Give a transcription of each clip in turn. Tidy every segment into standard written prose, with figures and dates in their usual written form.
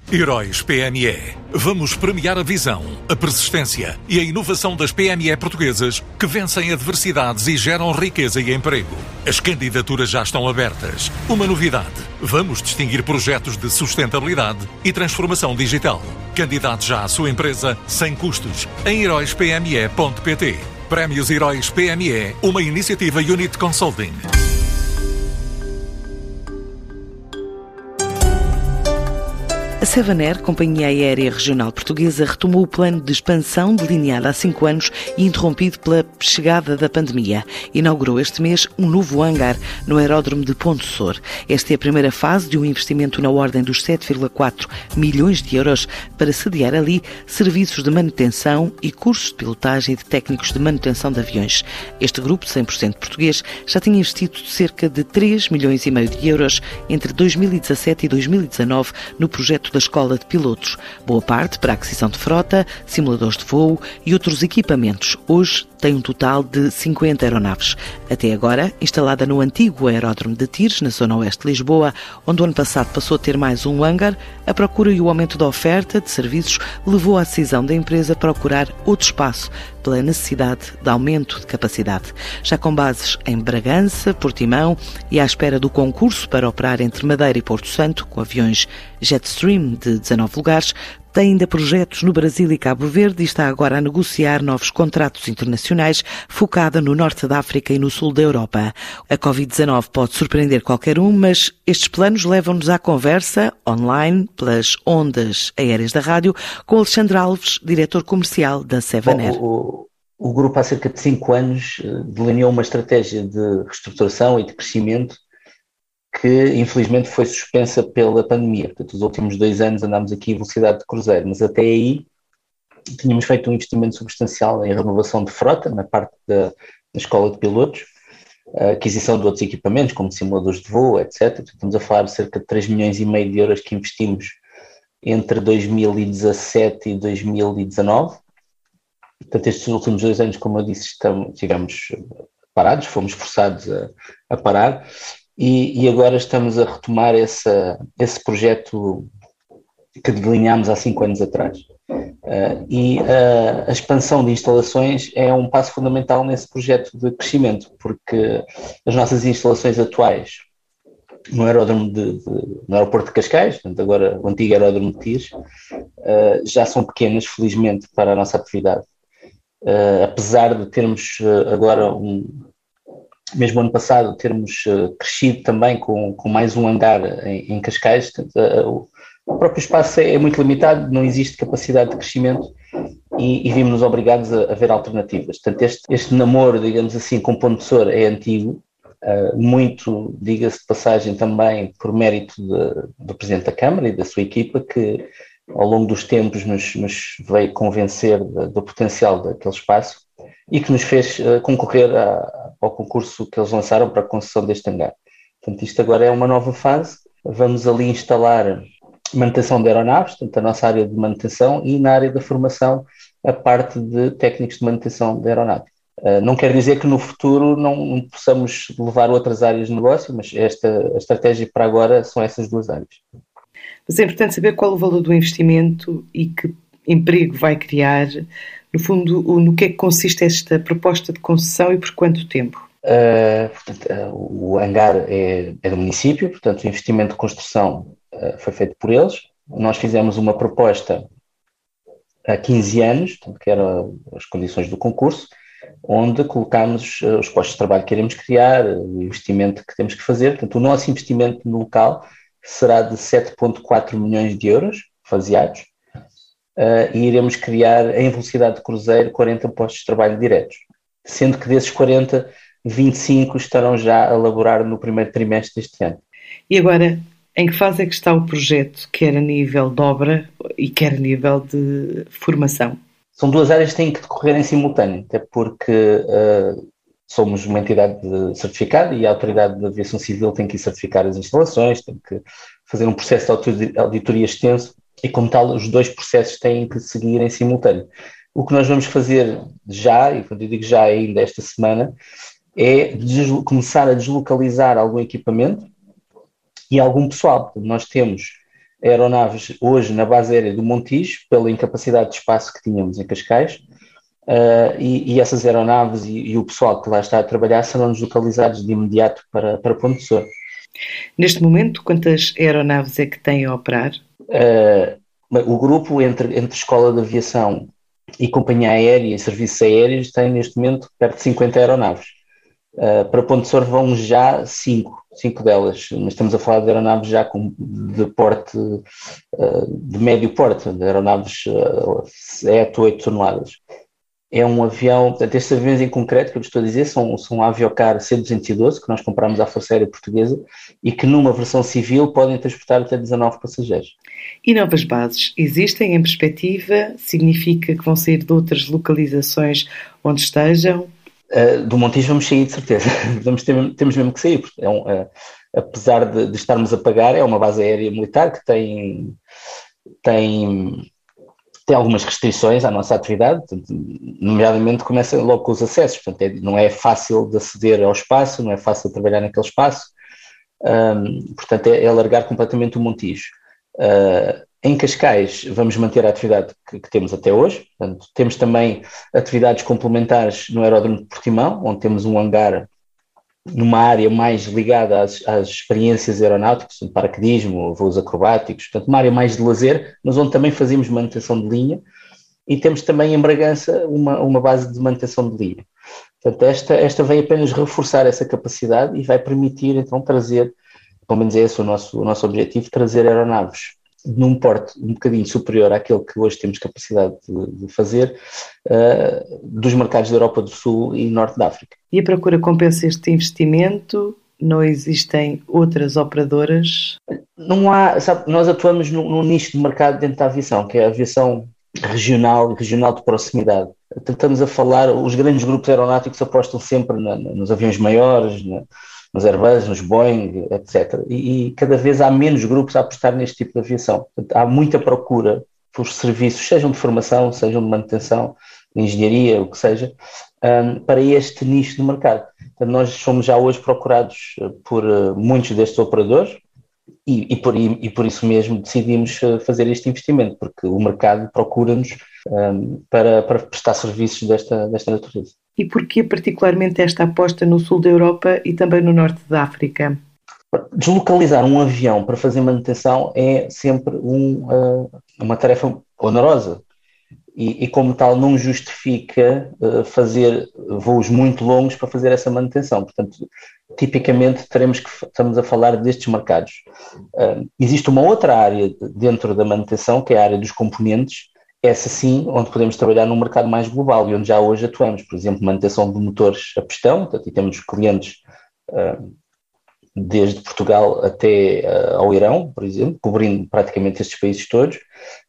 Heróis PME. Vamos premiar a visão, a persistência e a inovação das PME portuguesas que vencem adversidades e geram riqueza e emprego. As candidaturas já estão abertas. Uma novidade: vamos distinguir projetos de sustentabilidade e transformação digital. Candidate já à sua empresa sem custos em heróispme.pt. Prémios Heróis PME, uma iniciativa Unit Consulting. A Sevaner, companhia aérea regional portuguesa, retomou o plano de expansão delineado há 5 anos e interrompido pela chegada da pandemia. Inaugurou este mês um novo hangar no aeródromo de Ponte Sor. Esta é a primeira fase de um investimento na ordem dos 7,4 milhões de euros para sediar ali serviços de manutenção e cursos de pilotagem de técnicos de manutenção de aviões. Este grupo, 100% português, já tinha investido cerca de 3,5 milhões de euros entre 2017 e 2019 no projeto da Escola de Pilotos. Boa parte para a aquisição de frota, simuladores de voo e outros equipamentos. Hoje tem um total de 50 aeronaves. Até agora, instalada no antigo aeródromo de Tires, na zona oeste de Lisboa, onde o ano passado passou a ter mais um hangar, a procura e o aumento da oferta de serviços levou à decisão da empresa procurar outro espaço pela necessidade de aumento de capacidade. Já com bases em Bragança, Portimão e à espera do concurso para operar entre Madeira e Porto Santo, com aviões Jetstream de 19 lugares, tem ainda projetos no Brasil e Cabo Verde e está agora a negociar novos contratos internacionais focada no norte da África e no sul da Europa. A Covid-19 pode surpreender qualquer um, mas estes planos levam-nos à conversa online pelas ondas aéreas da rádio com Alexandre Alves, diretor comercial da Sevaner. O grupo há cerca de 5 anos delineou uma estratégia de reestruturação e de crescimento que infelizmente foi suspensa pela pandemia. Portanto, os últimos 2 anos andámos aqui em velocidade de cruzeiro, mas até aí tínhamos feito um investimento substancial em renovação de frota, na parte da escola de pilotos, a aquisição de outros equipamentos, como simuladores de voo, etc. Portanto, estamos a falar de cerca de 3,5 milhões de euros que investimos entre 2017 e 2019. Portanto, estes últimos 2 anos, como eu disse, estivemos parados, fomos forçados a parar. E agora estamos a retomar esse projeto que delineámos há 5 anos atrás. A expansão de instalações é um passo fundamental nesse projeto de crescimento, porque as nossas instalações atuais no aeroporto de Cascais, portanto agora o antigo aeródromo de Tires, já são pequenas, felizmente, para a nossa atividade. Apesar de termos agora mesmo ano passado termos crescido também com mais um hangar em Cascais, o próprio espaço é muito limitado, não existe capacidade de crescimento e vimos-nos obrigados a ver alternativas. Portanto, este namoro, digamos assim, com Ponte Sor é antigo, muito, diga-se de passagem, também por mérito do Presidente da Câmara e da sua equipa, que ao longo dos tempos nos veio convencer do potencial daquele espaço e que nos fez concorrer ao concurso que eles lançaram para a concessão deste hangar. Portanto, isto agora é uma nova fase. Vamos ali instalar manutenção de aeronaves, portanto, a nossa área de manutenção, e na área da formação a parte de técnicos de manutenção de aeronaves. Não quer dizer que no futuro não possamos levar outras áreas de negócio, mas a estratégia para agora são essas 2 áreas. Mas é importante saber qual o valor do investimento e que emprego vai criar. No fundo, no que é que consiste esta proposta de concessão e por quanto tempo? O hangar é do município, portanto o investimento de construção foi feito por eles. Nós fizemos uma proposta há 15 anos, portanto, que eram as condições do concurso, onde colocámos os postos de trabalho que queremos criar, o investimento que temos que fazer. Portanto, o nosso investimento no local será de 7,4 milhões de euros faseados. E iremos criar em velocidade de cruzeiro 40 postos de trabalho diretos, sendo que desses 40, 25 estarão já a laborar no primeiro trimestre deste ano. E agora, em que fase é que está o projeto, quer a nível de obra e quer a nível de formação? São 2 áreas que têm que decorrer em simultâneo, até porque somos uma entidade certificada e a Autoridade de Aviação Civil tem que certificar as instalações, tem que fazer um processo de auditoria extenso. E, como tal, os 2 processos têm que seguir em simultâneo. O que nós vamos fazer já, e quando eu digo já ainda esta semana, é começar a deslocalizar algum equipamento e algum pessoal. Nós temos aeronaves hoje na base aérea do Montijo, pela incapacidade de espaço que tínhamos em Cascais, e essas aeronaves e o pessoal que lá está a trabalhar serão localizados de imediato para Ponte Sor. Neste momento, quantas aeronaves é que têm a operar? O grupo entre Escola de Aviação e Companhia Aérea e Serviços Aéreos tem neste momento perto de 50 aeronaves. Para Ponte Sor vão já 5 delas, mas estamos a falar de aeronaves já de porte, de médio porte, de aeronaves 7, 8 toneladas. É um avião, portanto, estes aviões em concreto que eu estou a dizer são um Aviocar C-212 que nós compramos à Força Aérea Portuguesa e que numa versão civil podem transportar até 19 passageiros. E novas bases existem em perspectiva? Significa que vão sair de outras localizações onde estejam? Do Montijo vamos sair de certeza, temos mesmo que sair, porque apesar de estarmos a pagar, é uma base aérea militar que tem algumas restrições à nossa atividade, portanto, nomeadamente começa logo com os acessos, portanto, não é fácil de aceder ao espaço, não é fácil de trabalhar naquele espaço, portanto é alargar completamente o Montijo. Em Cascais vamos manter a atividade que temos até hoje, portanto, temos também atividades complementares no aeródromo de Portimão, onde temos um hangar numa área mais ligada às experiências aeronáuticas, paraquedismo, voos acrobáticos, portanto uma área mais de lazer, mas onde também fazemos manutenção de linha, e temos também em Bragança uma base de manutenção de linha. Portanto, esta vem apenas reforçar essa capacidade e vai permitir então trazer, pelo menos é esse o nosso objetivo, trazer aeronaves num porte um bocadinho superior àquele que hoje temos capacidade de fazer, dos mercados da Europa do Sul e Norte da África. E a procura compensa este investimento? Não existem outras operadoras? Não há, sabe, nós atuamos num nicho de mercado dentro da aviação, que é a aviação regional de proximidade. Estamos a falar, os grandes grupos aeronáuticos apostam sempre nos aviões maiores, nos Airbus, nos Boeing, etc. E cada vez há menos grupos a apostar neste tipo de aviação. Portanto, há muita procura por serviços, sejam de formação, sejam de manutenção, de engenharia, o que seja, para este nicho de mercado. Portanto, nós somos já hoje procurados por muitos destes operadores e por isso mesmo decidimos fazer este investimento, porque o mercado procura-nos para prestar serviços desta natureza. E porquê particularmente esta aposta no sul da Europa e também no norte da África? Deslocalizar um avião para fazer manutenção é sempre uma tarefa onerosa e como tal não justifica fazer voos muito longos para fazer essa manutenção. Portanto, tipicamente estamos a falar destes mercados. Existe uma outra área dentro da manutenção, que é a área dos componentes, essa sim, onde podemos trabalhar num mercado mais global e onde já hoje atuamos, por exemplo, manutenção de motores a pistão, portanto, e temos clientes desde Portugal até ao Irão, por exemplo, cobrindo praticamente estes países todos,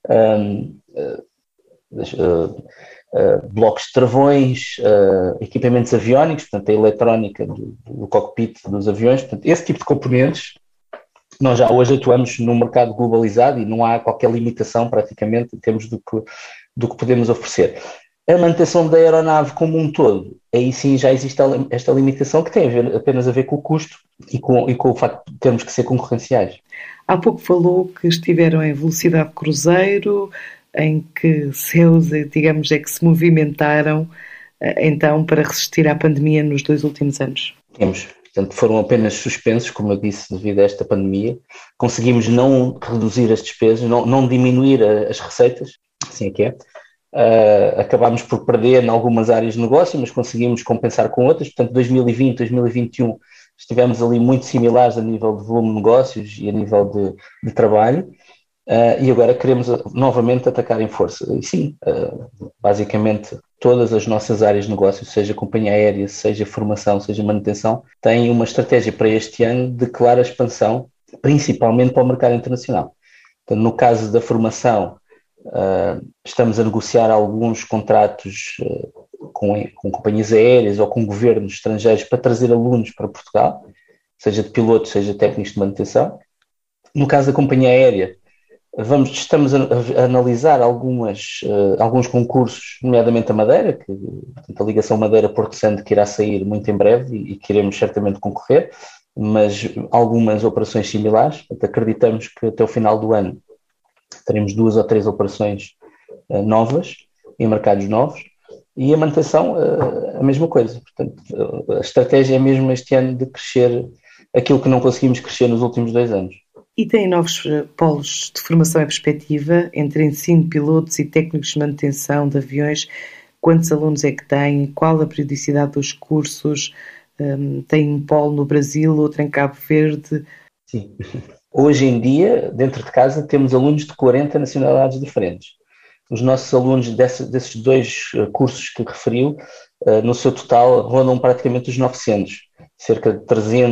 blocos de travões, equipamentos aviónicos, portanto, a eletrónica do cockpit dos aviões, portanto, esse tipo de componentes. Nós já hoje atuamos num mercado globalizado e não há qualquer limitação praticamente em termos do que podemos oferecer. A manutenção da aeronave como um todo, aí sim já existe esta limitação que tem apenas a ver com o custo e com o facto de termos que ser concorrenciais. Há pouco falou que estiveram em velocidade cruzeiro, em que céus, digamos, é que se movimentaram então para resistir à pandemia nos 2 últimos anos. Temos. Portanto, foram apenas suspensos, como eu disse, devido a esta pandemia. Conseguimos não reduzir as despesas, não diminuir as receitas, assim é que é. Acabámos por perder em algumas áreas de negócio, mas conseguimos compensar com outras. Portanto, 2020, 2021 estivemos ali muito similares a nível de volume de negócios e a nível de trabalho. E agora queremos novamente atacar em força. E sim, basicamente todas as nossas áreas de negócio, seja companhia aérea, seja formação, seja manutenção, têm uma estratégia para este ano de clara expansão, principalmente para o mercado internacional. Então, no caso da formação, estamos a negociar alguns contratos com companhias aéreas ou com governos estrangeiros para trazer alunos para Portugal, seja de pilotos, seja técnicos de manutenção. No caso da companhia aérea, estamos a analisar alguns concursos, nomeadamente a Madeira, a ligação Madeira-Porto Santo, que irá sair muito em breve e que iremos certamente concorrer. mas algumas operações similares. Acreditamos que até o final do ano teremos 2 ou 3 operações novas, em mercados novos, e a manutenção a mesma coisa. Portanto, a estratégia é mesmo este ano de crescer aquilo que não conseguimos crescer nos últimos 2 anos. E tem novos polos de formação e perspectiva entre ensino de pilotos e técnicos de manutenção de aviões? Quantos alunos é que tem? Qual a periodicidade dos cursos? Tem um polo no Brasil, outro em Cabo Verde? Sim. Hoje em dia, dentro de casa, temos alunos de 40 nacionalidades diferentes. Os nossos alunos desses 2 cursos que referiu, no seu total, rondam praticamente os 900. Cerca de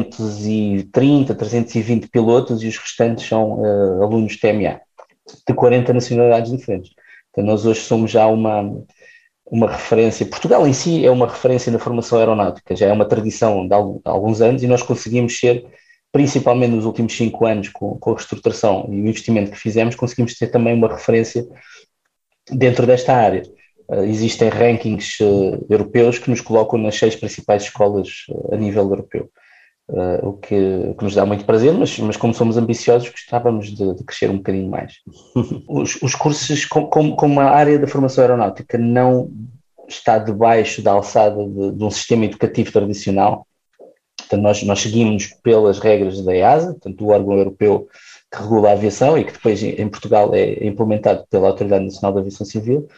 330, 320 pilotos e os restantes são alunos TMA, de 40 nacionalidades diferentes. Então, nós hoje somos já uma referência. Portugal em si é uma referência na formação aeronáutica, já é uma tradição de alguns anos, e nós conseguimos ser, principalmente nos últimos 5 anos, com a reestruturação e o investimento que fizemos, conseguimos ter também uma referência dentro desta área. Existem rankings europeus que nos colocam nas 6 principais escolas a nível europeu, o que nos dá muito prazer, mas como somos ambiciosos, gostávamos de crescer um bocadinho mais. Os cursos, como a área da formação aeronáutica não está debaixo da alçada de um sistema educativo tradicional, portanto, nós seguimos pelas regras da EASA, portanto, do órgão europeu que regula a aviação e que depois em Portugal é implementado pela Autoridade Nacional da Aviação Civil,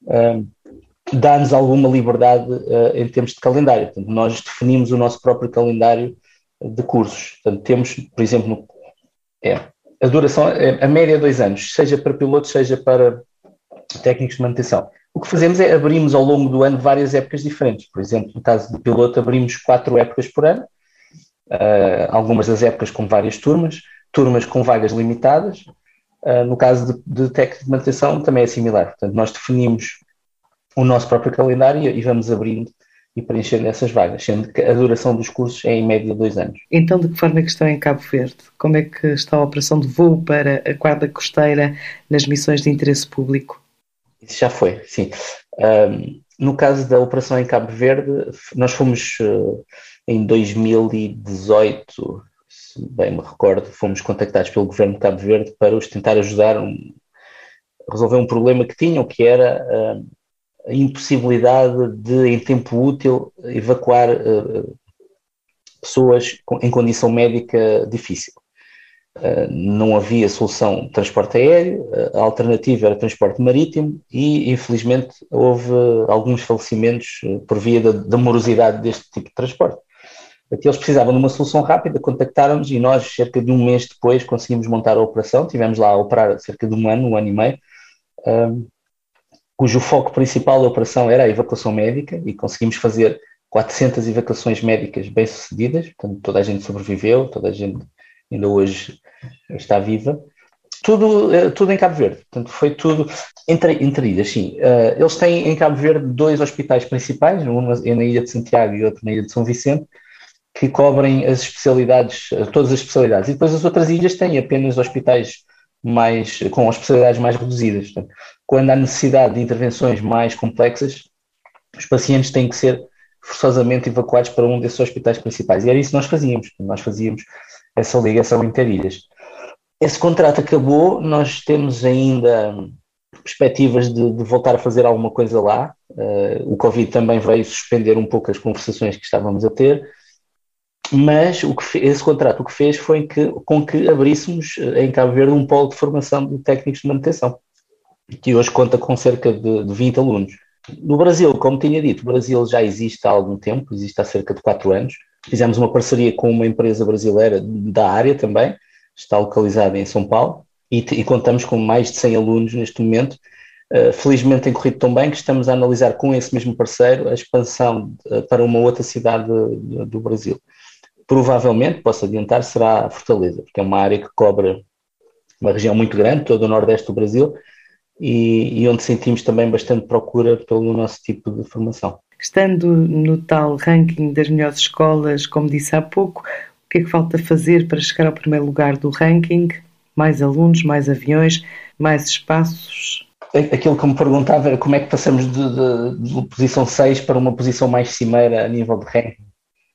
dá-nos alguma liberdade em termos de calendário. Portanto, nós definimos o nosso próprio calendário de cursos. Portanto, temos, por exemplo, a duração, a média é 2 anos, seja para pilotos, seja para técnicos de manutenção. O que fazemos é abrimos ao longo do ano várias épocas diferentes. Por exemplo, no caso de piloto, abrimos 4 épocas por ano, algumas das épocas com várias turmas com vagas limitadas. No caso de técnico de manutenção também é similar. Portanto, nós definimos o nosso próprio calendário e vamos abrindo e preenchendo essas vagas, sendo que a duração dos cursos é em média 2 anos. Então, de que forma é que estão em Cabo Verde? Como é que está a operação de voo para a Guarda Costeira nas missões de interesse público? Isso já foi, sim. No caso da operação em Cabo Verde, nós fomos em 2018, se bem me recordo, fomos contactados pelo governo de Cabo Verde para os tentar ajudar a resolver um problema que tinham, que era a impossibilidade de, em tempo útil, evacuar pessoas em condição médica difícil. Não havia solução de transporte aéreo, a alternativa era transporte marítimo e, infelizmente, houve alguns falecimentos por via da morosidade deste tipo de transporte. Eles precisavam de uma solução rápida, contactaram-nos e nós, cerca de 1 mês depois, conseguimos montar a operação. Tivemos lá a operar cerca de 1 ano e meio, cujo foco principal da operação era a evacuação médica, e conseguimos fazer 400 evacuações médicas bem-sucedidas. Portanto, toda a gente sobreviveu, toda a gente ainda hoje está viva. Tudo em Cabo Verde. Portanto, foi tudo entre ilhas, sim. Eles têm em Cabo Verde 2 hospitais principais, um na Ilha de Santiago e outro na Ilha de São Vicente, que cobrem as especialidades, todas as especialidades. E depois as outras ilhas têm apenas hospitais com especialidades mais reduzidas. Portanto, quando há necessidade de intervenções mais complexas, os pacientes têm que ser forçosamente evacuados para um desses hospitais principais. E era isso que nós fazíamos. Nós fazíamos essa ligação interilhas. Esse contrato acabou, nós temos ainda perspectivas de voltar a fazer alguma coisa lá. O Covid também veio suspender um pouco as conversações que estávamos a ter, mas esse contrato o que fez foi com que abríssemos em Cabo Verde um polo de formação de técnicos de manutenção, que hoje conta com cerca de 20 alunos. No Brasil, como tinha dito, o Brasil já existe há algum tempo, existe há cerca de 4 anos. Fizemos uma parceria com uma empresa brasileira da área também, está localizada em São Paulo, e contamos com mais de 100 alunos neste momento. Felizmente tem corrido tão bem que estamos a analisar com esse mesmo parceiro a expansão para uma outra cidade do Brasil. Provavelmente, posso adiantar, será Fortaleza, porque é uma área que cobre uma região muito grande, todo o nordeste do Brasil, e onde sentimos também bastante procura pelo nosso tipo de formação. Estando no tal ranking das melhores escolas, como disse há pouco, o que é que falta fazer para chegar ao primeiro lugar do ranking? Mais alunos, mais aviões, mais espaços? Aquilo que me perguntava era como é que passamos de posição 6 para uma posição mais cimeira a nível de ranking.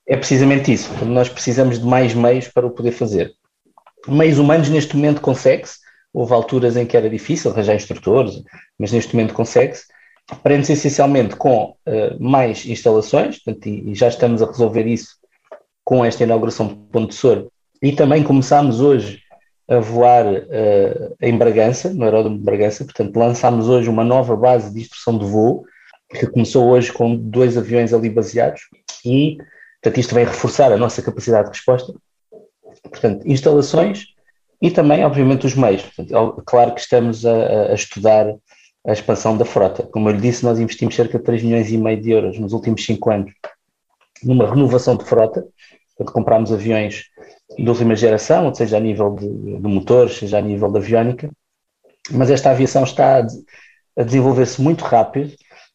É precisamente isso. Nós precisamos de mais meios para o poder fazer. Meios humanos, neste momento, consegue-se. Houve alturas em que era difícil arranjar instrutores, mas neste momento consegue-se. Prende-se essencialmente com mais instalações, portanto, e já estamos a resolver isso com esta inauguração de Ponte de Soro. E também começámos hoje a voar em Bragança, no aeródromo de Bragança, portanto, lançámos hoje uma nova base de instrução de voo, que começou hoje com 2 aviões ali baseados, e, portanto, isto vem reforçar a nossa capacidade de resposta. Portanto, instalações e também, obviamente, os meios. Portanto, claro que estamos a estudar a expansão da frota. Como eu lhe disse, nós investimos cerca de 3,5 milhões de euros nos últimos 5 anos numa renovação de frota. Portanto, comprámos aviões de última geração, seja a nível de motores, seja a nível de aviónica, mas esta aviação está a desenvolver-se muito rápido,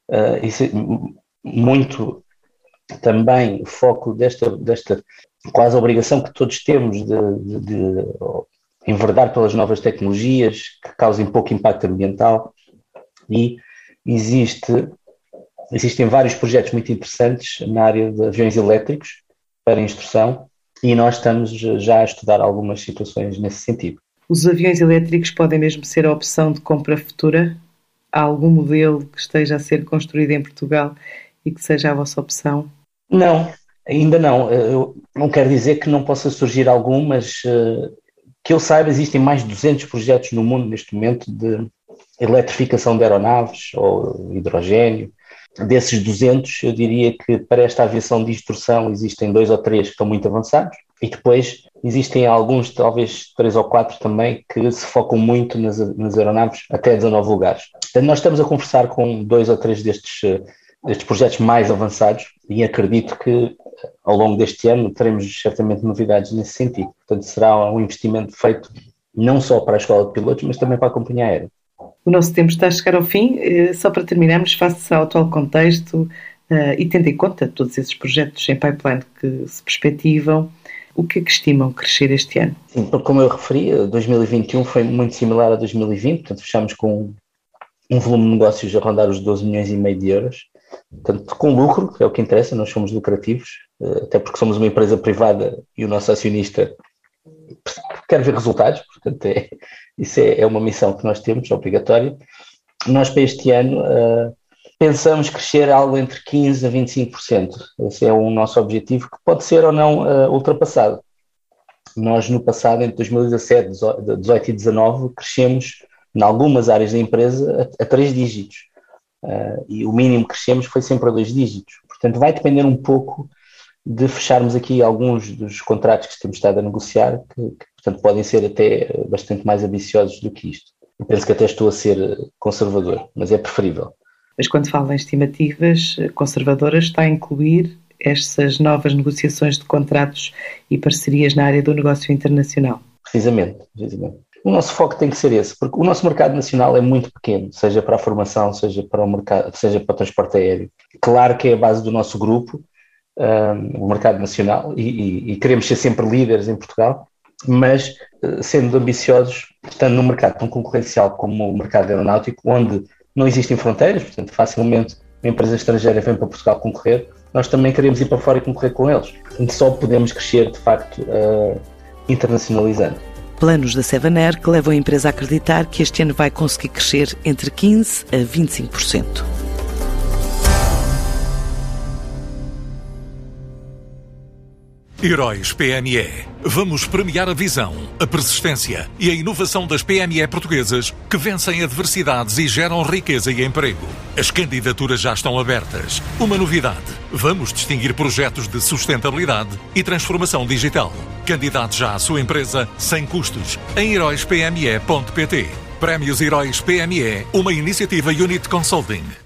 muito também o foco desta quase obrigação que todos temos de enverdar pelas novas tecnologias que causem pouco impacto ambiental, e existem vários projetos muito interessantes na área de aviões elétricos para instrução, e nós estamos já a estudar algumas situações nesse sentido. Os aviões elétricos podem mesmo ser a opção de compra futura? Há algum modelo que esteja a ser construído em Portugal e que seja a vossa opção? Não, ainda não. Eu não quero dizer que não possa surgir algum, mas que eu saiba, existem mais de 200 projetos no mundo neste momento de eletrificação de aeronaves ou hidrogênio. Desses 200, eu diria que para esta aviação de instrução existem 2 ou 3 que estão muito avançados, e depois existem alguns, talvez 3 ou 4 também, que se focam muito nas aeronaves até 19 lugares. Portanto, nós estamos a conversar com 2 ou 3 destes projetos mais avançados, e acredito que ao longo deste ano teremos certamente novidades nesse sentido. Portanto, será um investimento feito não só para a Escola de Pilotos, mas também para a Companhia Aérea. O nosso tempo está a chegar ao fim. Só para terminarmos, face ao atual contexto e tendo em conta todos esses projetos em pipeline que se perspectivam, o que é que estimam crescer este ano? Sim, como eu referi, 2021 foi muito similar a 2020, portanto fechamos com um volume de negócios a rondar os 12,5 milhões de euros, portanto com lucro, que é o que interessa, nós somos lucrativos, até porque somos uma empresa privada e o nosso acionista quer ver resultados, portanto isso é uma missão que nós temos, obrigatória. Nós para este ano pensamos crescer algo entre 15% a 25%, esse é o nosso objetivo, que pode ser ou não ultrapassado. Nós no passado, entre 2017, 18 e 2019, crescemos em algumas áreas da empresa a 3 dígitos, e o mínimo que crescemos foi sempre a 2 dígitos, portanto vai depender um pouco de fecharmos aqui alguns dos contratos que temos estado a negociar, que portanto podem ser até bastante mais ambiciosos do que isto. Eu penso que até estou a ser conservador, mas é preferível. Mas quando fala em estimativas conservadoras, está a incluir estas novas negociações de contratos e parcerias na área do negócio internacional? Precisamente. O nosso foco tem que ser esse, porque o nosso mercado nacional é muito pequeno, seja para a formação, seja para o transporte aéreo. Claro que é a base do nosso grupo, o mercado nacional, e queremos ser sempre líderes em Portugal, mas sendo ambiciosos, estando num mercado tão concorrencial como o mercado aeronáutico, onde não existem fronteiras, portanto facilmente uma empresa estrangeira vem para Portugal concorrer, nós também queremos ir para fora e concorrer com eles, e só podemos crescer de facto internacionalizando. Planos da Seven Air que levam a empresa a acreditar que este ano vai conseguir crescer entre 15% a 25%. Heróis PME. Vamos premiar a visão, a persistência e a inovação das PME portuguesas que vencem adversidades e geram riqueza e emprego. As candidaturas já estão abertas. Uma novidade: vamos distinguir projetos de sustentabilidade e transformação digital. Candidate já à sua empresa sem custos em heróispme.pt. Prémios Heróis PME, uma iniciativa Unit Consulting.